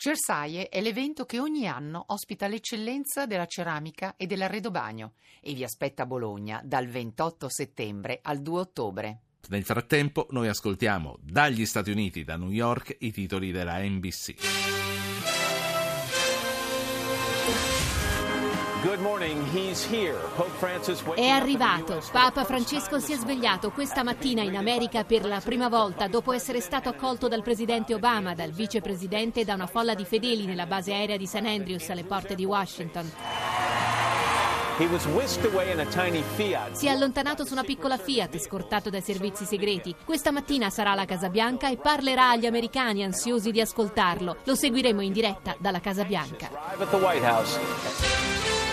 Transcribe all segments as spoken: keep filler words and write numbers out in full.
Cersaie è l'evento che ogni anno ospita l'eccellenza della ceramica e dell'arredobagno e vi aspetta a Bologna dal ventotto settembre al due ottobre. Nel frattempo noi ascoltiamo dagli Stati Uniti, da New York, i titoli della N B C. Good morning, he's here. Pope Francis È arrivato. Papa Francesco si è svegliato questa mattina in America per la prima volta dopo essere stato accolto dal presidente Obama, dal vicepresidente e da una folla di fedeli nella base aerea di San Andrews alle porte di Washington. He was whisked away in a tiny Fiat. Si è allontanato su una piccola Fiat, scortato dai servizi segreti. Questa mattina sarà alla Casa Bianca e parlerà agli americani ansiosi di ascoltarlo. Lo seguiremo in diretta dalla Casa Bianca. Arrive at the White House.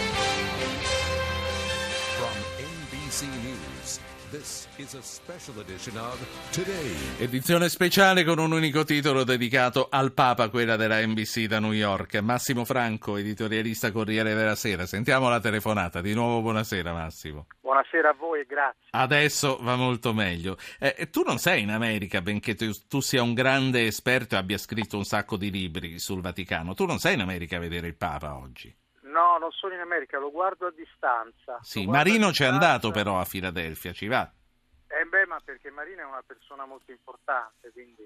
This is a special edition of Today. Edizione speciale con un unico titolo dedicato al Papa, quella della N B C da New York. Massimo Franco, editorialista Corriere della Sera. Sentiamo la telefonata. Di nuovo buonasera Massimo. Buonasera a voi e grazie. Adesso va molto meglio. Eh, tu non sei in America, benché tu, tu sia un grande esperto e abbia scritto un sacco di libri sul Vaticano. Tu non sei in America a vedere il Papa oggi? No, non sono in America, lo guardo a distanza. Sì, Lo guardo Marino a c'è distanza. andato però a Filadelfia, ci va? Eh beh, ma perché Marino è una persona molto importante, quindi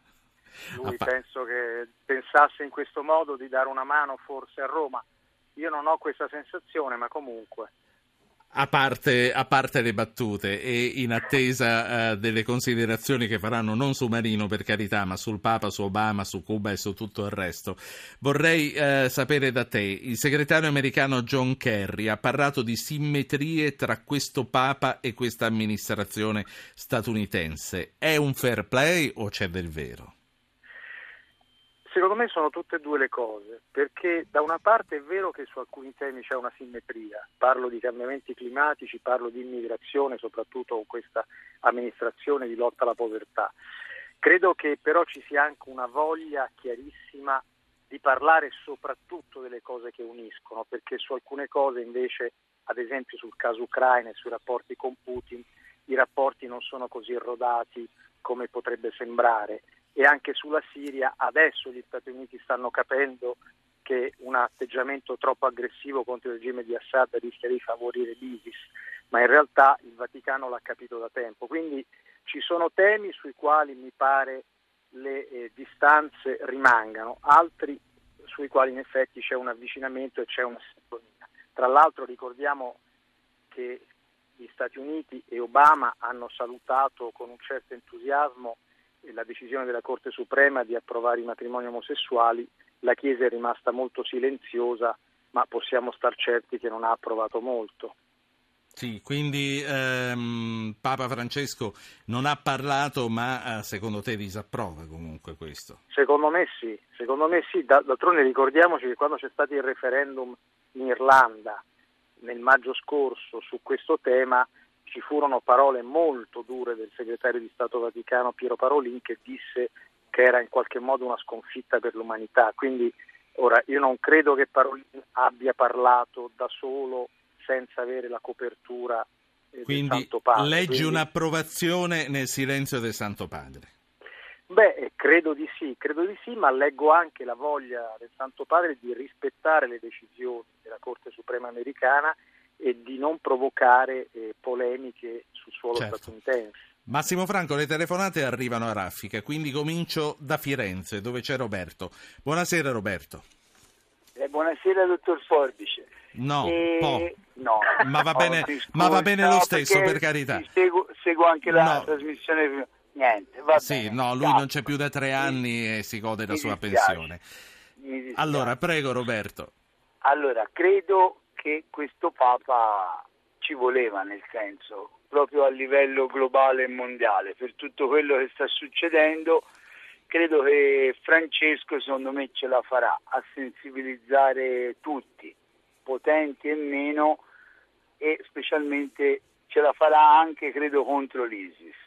lui Ah, fa- penso che pensasse in questo modo di dare una mano forse a Roma. Io non ho questa sensazione, ma comunque. A parte, a parte le battute e in attesa eh, delle considerazioni che faranno non su Marino per carità, ma sul Papa, su Obama, su Cuba e su tutto il resto, vorrei eh, sapere da te, il segretario americano John Kerry ha parlato di simmetrie tra questo Papa e questa amministrazione statunitense. È un fair play o c'è del vero? Secondo me sono tutte e due le cose, perché da una parte è vero che su alcuni temi c'è una simmetria, parlo di cambiamenti climatici, parlo di immigrazione, soprattutto con questa amministrazione di lotta alla povertà. Credo che però ci sia anche una voglia chiarissima di parlare soprattutto delle cose che uniscono, perché su alcune cose invece, ad esempio sul caso Ucraina e sui rapporti con Putin, i rapporti non sono così rodati come potrebbe sembrare. E anche sulla Siria adesso gli Stati Uniti stanno capendo che un atteggiamento troppo aggressivo contro il regime di Assad rischia di favorire l'ISIS, ma in realtà il Vaticano l'ha capito da tempo. Quindi ci sono temi sui quali mi pare le eh, distanze rimangano, altri sui quali in effetti c'è un avvicinamento e c'è una sintonia. Tra l'altro ricordiamo che gli Stati Uniti e Obama hanno salutato con un certo entusiasmo la decisione della Corte Suprema di approvare i matrimoni omosessuali. La Chiesa è rimasta molto silenziosa, ma possiamo star certi che non ha approvato molto. Sì, quindi ehm, Papa Francesco non ha parlato, ma eh, secondo te disapprova comunque questo? Secondo me sì, secondo me sì. D'altronde ricordiamoci che quando c'è stato il referendum in Irlanda nel maggio scorso su questo tema, ci furono parole molto dure del segretario di Stato Vaticano Piero Parolin, che disse che era in qualche modo una sconfitta per l'umanità. Quindi ora io non credo che Parolin abbia parlato da solo senza avere la copertura eh, Quindi del Santo Padre. leggi Quindi, un'approvazione nel silenzio del Santo Padre? Beh, credo di sì, credo di sì, ma leggo anche la voglia del Santo Padre di rispettare le decisioni della Corte Suprema americana e di non provocare eh, polemiche sul suolo Certo. statunitense. Massimo Franco, le telefonate arrivano a raffica, quindi comincio da Firenze, dove c'è Roberto. Buonasera Roberto. Eh, buonasera dottor Forbice. No, Eh, po'. no. Ma va Oh, bene, mi scusi, ma va bene no, lo stesso, perché per carità. Seguo, seguo anche la No. trasmissione. Niente, va Sì, bene. no, lui Ciao. non c'è più da tre anni e si gode la Mi sua dispiace. pensione. Mi dispiace. Allora, prego Roberto. Allora, credo che questo Papa ci voleva, nel senso, proprio a livello globale e mondiale, per tutto quello che sta succedendo. Credo che Francesco, secondo me, ce la farà a sensibilizzare tutti, potenti e meno, e specialmente ce la farà anche, credo, contro l'ISIS.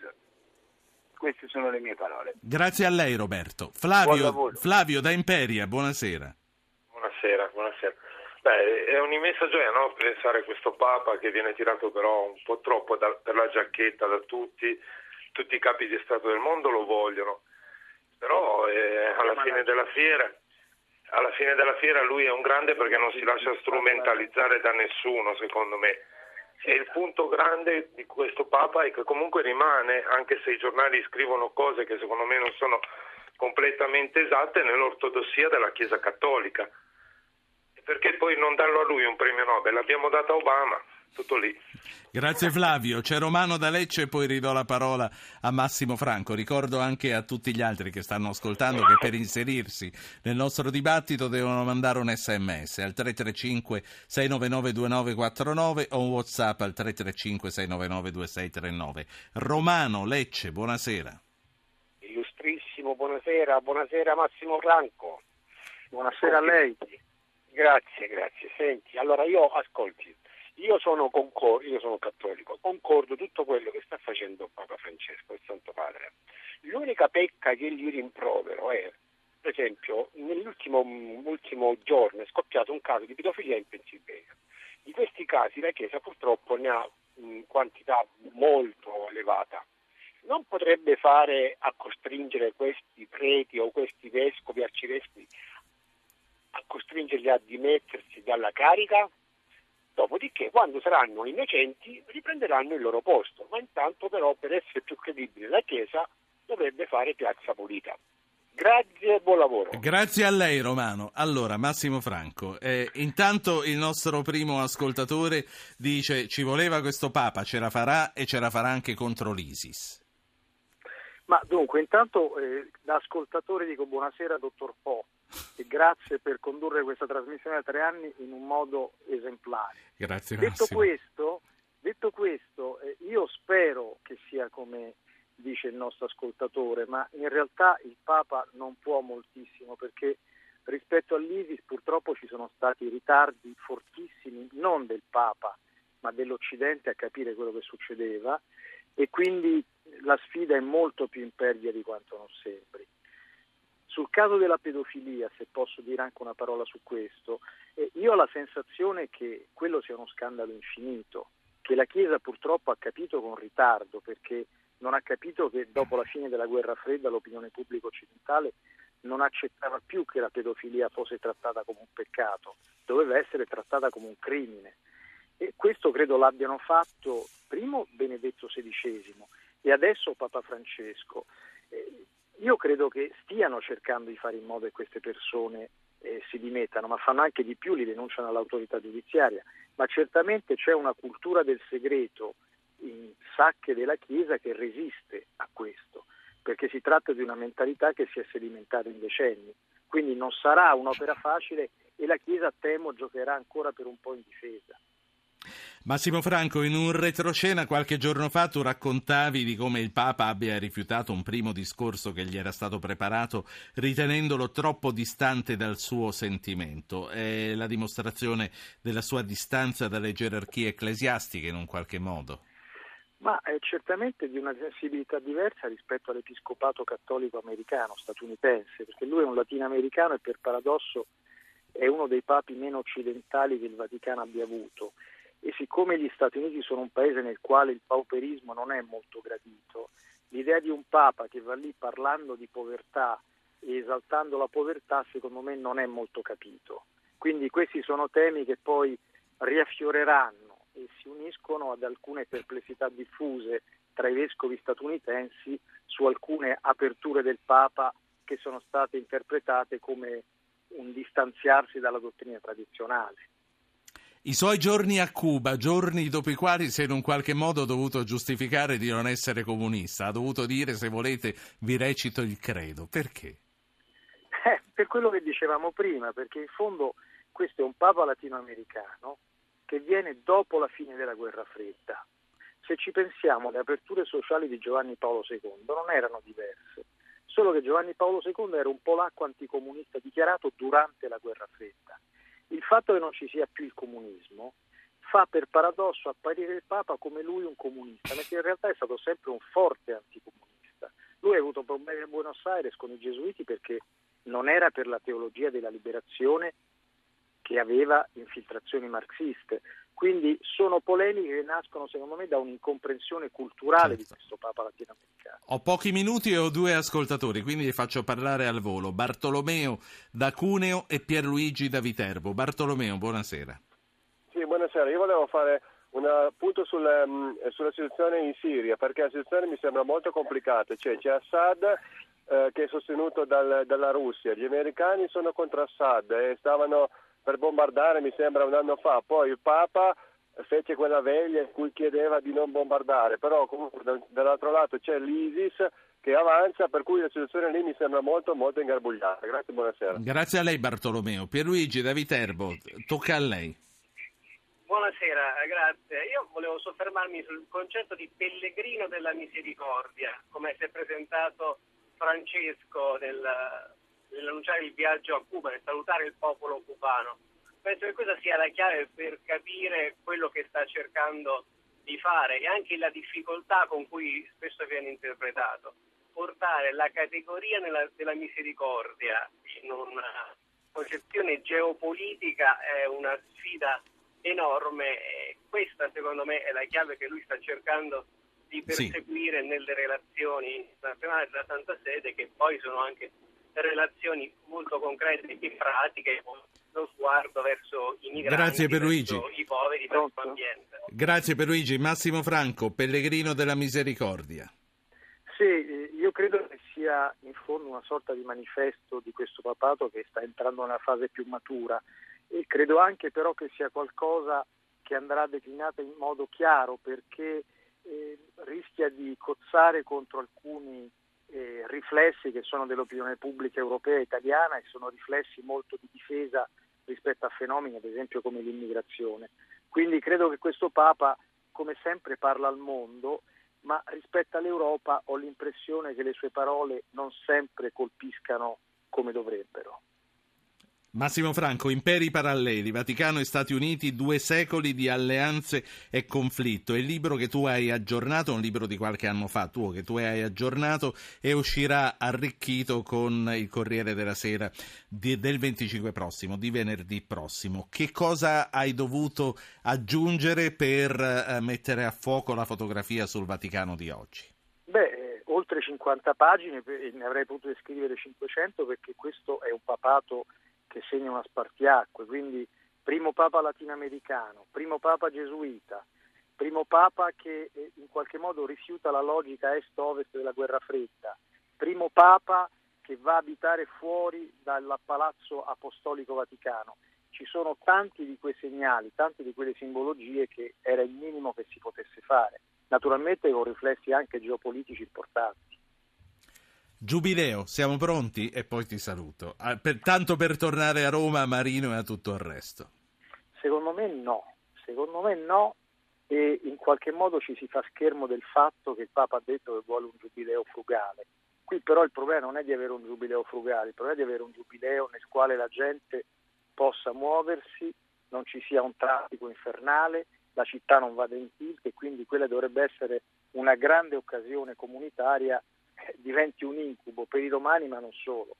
Queste sono le mie parole. Grazie a lei Roberto. Buon Flavio, lavoro. Flavio da Imperia, buonasera. Buonasera, buonasera. Beh, è un'immensa gioia, no? Pensare a questo Papa che viene tirato però un po' troppo da, per la giacchetta da tutti, tutti i capi di Stato del mondo lo vogliono, però eh, alla fine della fiera alla fine della fiera lui è un grande perché non si lascia strumentalizzare da nessuno, secondo me. E il punto grande di questo Papa è che comunque rimane, anche se i giornali scrivono cose che secondo me non sono completamente esatte, nell'ortodossia della Chiesa Cattolica. Perché poi non darlo a lui un premio Nobel? L'abbiamo dato a Obama, tutto lì. Grazie Flavio, c'è Romano da Lecce e poi ridò la parola a Massimo Franco. Ricordo anche a tutti gli altri che stanno ascoltando che per inserirsi nel nostro dibattito devono mandare un sms al tre tre cinque sei nove nove due nove quattro nove o un WhatsApp al tre tre cinque sei nove nove due sei tre nove. Romano, Lecce, buonasera. Illustrissimo, buonasera, buonasera Massimo Franco. Buonasera a lei. Grazie, grazie. Senti, allora io ascolti, io sono concor- io sono cattolico, concordo tutto quello che sta facendo Papa Francesco, il Santo Padre. L'unica pecca che gli rimprovero è, per esempio, nell'ultimo ultimo giorno è scoppiato un caso di pedofilia in Pennsylvania. Di questi casi la Chiesa purtroppo ne ha in quantità molto elevata. Non potrebbe fare a costringere questi preti o questi vescovi, arcivescovi, a costringerli a dimettersi dalla carica? Dopodiché, quando saranno innocenti, riprenderanno il loro posto. Ma intanto, però, per essere più credibile, la Chiesa dovrebbe fare piazza pulita. Grazie e buon lavoro. Grazie a lei, Romano. Allora, Massimo Franco, eh, intanto il nostro primo ascoltatore dice ci voleva questo Papa, ce la farà e ce la farà anche contro l'ISIS. Ma dunque, intanto eh, da ascoltatore dico buonasera dottor Po e grazie per condurre questa trasmissione da tre anni in un modo esemplare. Grazie Detto Massimo. questo, detto questo eh, io spero che sia come dice il nostro ascoltatore, ma in realtà il Papa non può moltissimo perché rispetto all'ISIS purtroppo ci sono stati ritardi fortissimi, non del Papa ma dell'Occidente a capire quello che succedeva e quindi la sfida è molto più impervia di quanto non sembri. Sul caso della pedofilia, se posso dire anche una parola su questo, eh, io ho la sensazione che quello sia uno scandalo infinito, che la Chiesa purtroppo ha capito con ritardo, perché non ha capito che dopo la fine della guerra fredda l'opinione pubblica occidentale non accettava più che la pedofilia fosse trattata come un peccato, doveva essere trattata come un crimine. E questo credo l'abbiano fatto primo Benedetto sedicesimo e adesso Papa Francesco. Eh, io credo che stiano cercando di fare in modo che queste persone eh, si dimettano, ma fanno anche di più, li denunciano all'autorità giudiziaria, ma certamente c'è una cultura del segreto in sacche della Chiesa che resiste a questo, perché si tratta di una mentalità che si è sedimentata in decenni, quindi non sarà un'opera facile e la Chiesa, temo, giocherà ancora per un po' in difesa. Massimo Franco, in un retroscena qualche giorno fa tu raccontavi di come il Papa abbia rifiutato un primo discorso che gli era stato preparato ritenendolo troppo distante dal suo sentimento. È la dimostrazione della sua distanza dalle gerarchie ecclesiastiche in un qualche modo? Ma è certamente di una sensibilità diversa rispetto all'episcopato cattolico americano, statunitense, perché lui è un latinoamericano e per paradosso è uno dei papi meno occidentali che il Vaticano abbia avuto. E siccome gli Stati Uniti sono un paese nel quale il pauperismo non è molto gradito, l'idea di un Papa che va lì parlando di povertà e esaltando la povertà secondo me non è molto capito. Quindi questi sono temi che poi riaffioreranno e si uniscono ad alcune perplessità diffuse tra i vescovi statunitensi su alcune aperture del Papa che sono state interpretate come un distanziarsi dalla dottrina tradizionale. I suoi giorni a Cuba, giorni dopo i quali si è in un qualche modo dovuto giustificare di non essere comunista, ha dovuto dire se volete vi recito il credo. Perché? Eh, per quello che dicevamo prima, perché in fondo questo è un Papa latinoamericano che viene dopo la fine della guerra fredda. Se ci pensiamo, le aperture sociali di Giovanni Paolo secondo non erano diverse, solo che Giovanni Paolo secondo era un polacco anticomunista dichiarato durante la guerra fredda. Il fatto che non ci sia più il comunismo fa per paradosso apparire il Papa come lui un comunista, perché in realtà è stato sempre un forte anticomunista. Lui ha avuto problemi a Buenos Aires con i gesuiti perché non era per la teologia della liberazione che aveva infiltrazioni marxiste. Quindi sono polemiche che nascono secondo me da un'incomprensione culturale certo. di questo Papa latinoamericano. Ho pochi minuti e ho due ascoltatori, quindi li faccio parlare al volo. Bartolomeo da Cuneo e Pierluigi da Viterbo. Bartolomeo, buonasera. Sì, buonasera. Io volevo fare un appunto sulla, sulla situazione in Siria, perché la situazione mi sembra molto complicata. Cioè, c'è Assad eh, che è sostenuto dal, dalla Russia, gli americani sono contro Assad e stavano per bombardare, mi sembra, un anno fa. Poi il Papa fece quella veglia in cui chiedeva di non bombardare, però comunque dall'altro lato c'è l'ISIS che avanza, per cui la situazione lì mi sembra molto molto ingarbugliata. Grazie, buonasera. Grazie a lei Bartolomeo. Pierluigi da Viterbo, tocca a lei. Buonasera, grazie. Io volevo soffermarmi sul concetto di pellegrino della misericordia, come si è presentato Francesco nel nell'annunciare il viaggio a Cuba, nel salutare il popolo cubano. Penso che questa sia la chiave per capire quello che sta cercando di fare e anche la difficoltà con cui spesso viene interpretato. Portare la categoria nella, della misericordia in una concezione geopolitica è una sfida enorme e questa secondo me è la chiave che lui sta cercando di perseguire sì. nelle relazioni internazionali della Santa Sede, che poi sono anche relazioni molto concrete e pratiche, lo sguardo verso i migranti, Grazie Pierluigi. verso i poveri, verso l'ambiente. Grazie Pierluigi. Massimo Franco, pellegrino della misericordia. Sì, io credo che sia in fondo una sorta di manifesto di questo papato che sta entrando nella fase più matura e credo anche però che sia qualcosa che andrà declinata in modo chiaro, perché eh, rischia di cozzare contro alcuni Eh, riflessi che sono dell'opinione pubblica europea e italiana e sono riflessi molto di difesa rispetto a fenomeni ad esempio come l'immigrazione. Quindi credo che questo Papa come sempre parla al mondo, ma rispetto all'Europa ho l'impressione che le sue parole non sempre colpiscano come dovrebbero. Massimo Franco, imperi paralleli, Vaticano e Stati Uniti, due secoli di alleanze e conflitto. È il libro che tu hai aggiornato, un libro di qualche anno fa, tuo, che tu hai aggiornato e uscirà arricchito con il Corriere della Sera di, del venticinque prossimo, di venerdì prossimo. Che cosa hai dovuto aggiungere per eh, mettere a fuoco la fotografia sul Vaticano di oggi? Beh, eh, oltre cinquanta pagine, e ne avrei potuto scrivere cinquecento perché questo è un papato che segna una spartiacque, quindi primo Papa latinoamericano, primo Papa gesuita, primo Papa che eh, in qualche modo rifiuta la logica est-ovest della guerra fredda, primo Papa che va a abitare fuori dal Palazzo Apostolico Vaticano. Ci sono tanti di quei segnali, tante di quelle simbologie che era il minimo che si potesse fare, naturalmente con riflessi anche geopolitici importanti. Giubileo, siamo pronti? E poi ti saluto. Per, tanto per tornare a Roma, a Marino e a tutto il resto. Secondo me no, secondo me no, e in qualche modo ci si fa schermo del fatto che il Papa ha detto che vuole un giubileo frugale. Qui però il problema non è di avere un giubileo frugale, il problema è di avere un giubileo nel quale la gente possa muoversi, non ci sia un traffico infernale, la città non vada in tilt e quindi quella dovrebbe essere una grande occasione comunitaria, diventi un incubo per i romani ma non solo.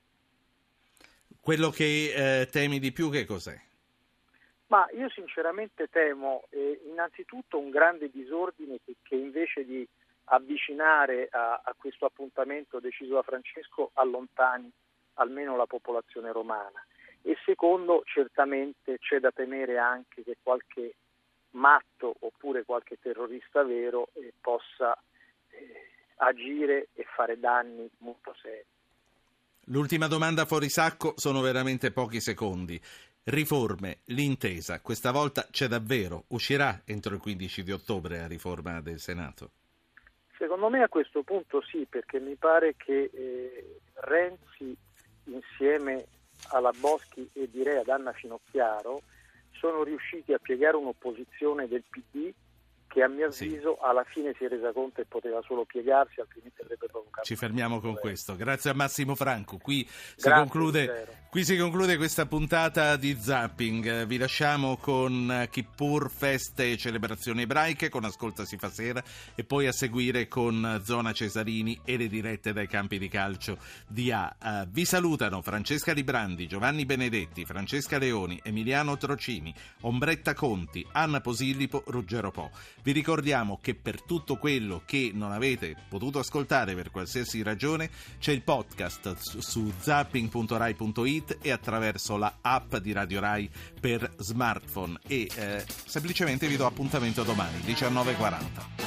Quello che eh, temi di più che cos'è? Ma io sinceramente temo eh, innanzitutto un grande disordine che, che invece di avvicinare a, a questo appuntamento deciso da Francesco allontani almeno la popolazione romana, e secondo certamente c'è da temere anche che qualche matto oppure qualche terrorista vero eh, possa eh, agire e fare danni molto seri. L'ultima domanda fuori sacco, sono veramente pochi secondi. Riforme, l'intesa, questa volta c'è davvero? Uscirà entro il quindici di ottobre la riforma del Senato? Secondo me a questo punto sì, perché mi pare che eh, Renzi insieme alla Boschi e direi ad Anna Finocchiaro sono riusciti a piegare un'opposizione del P D che a mio avviso sì. alla fine si è resa conto che poteva solo piegarsi, altrimenti avrebbe provocato. Ci fermiamo con questo. Grazie a Massimo Franco. Qui si Grazie, conclude zero. Qui si conclude questa puntata di Zapping. Vi lasciamo con Kippur, feste e celebrazioni ebraiche, con Ascolta si fa sera, e poi a seguire con Zona Cesarini e le dirette dai campi di calcio di A. Uh, vi salutano Francesca Librandi, Giovanni Benedetti, Francesca Leoni, Emiliano Trocini, Ombretta Conti, Anna Posillipo, Ruggero Po. Vi ricordiamo che per tutto quello che non avete potuto ascoltare per qualsiasi ragione c'è il podcast su zapping punto rai punto it e attraverso la app di Radio Rai per smartphone, e eh, semplicemente vi do appuntamento domani diciannove e quaranta.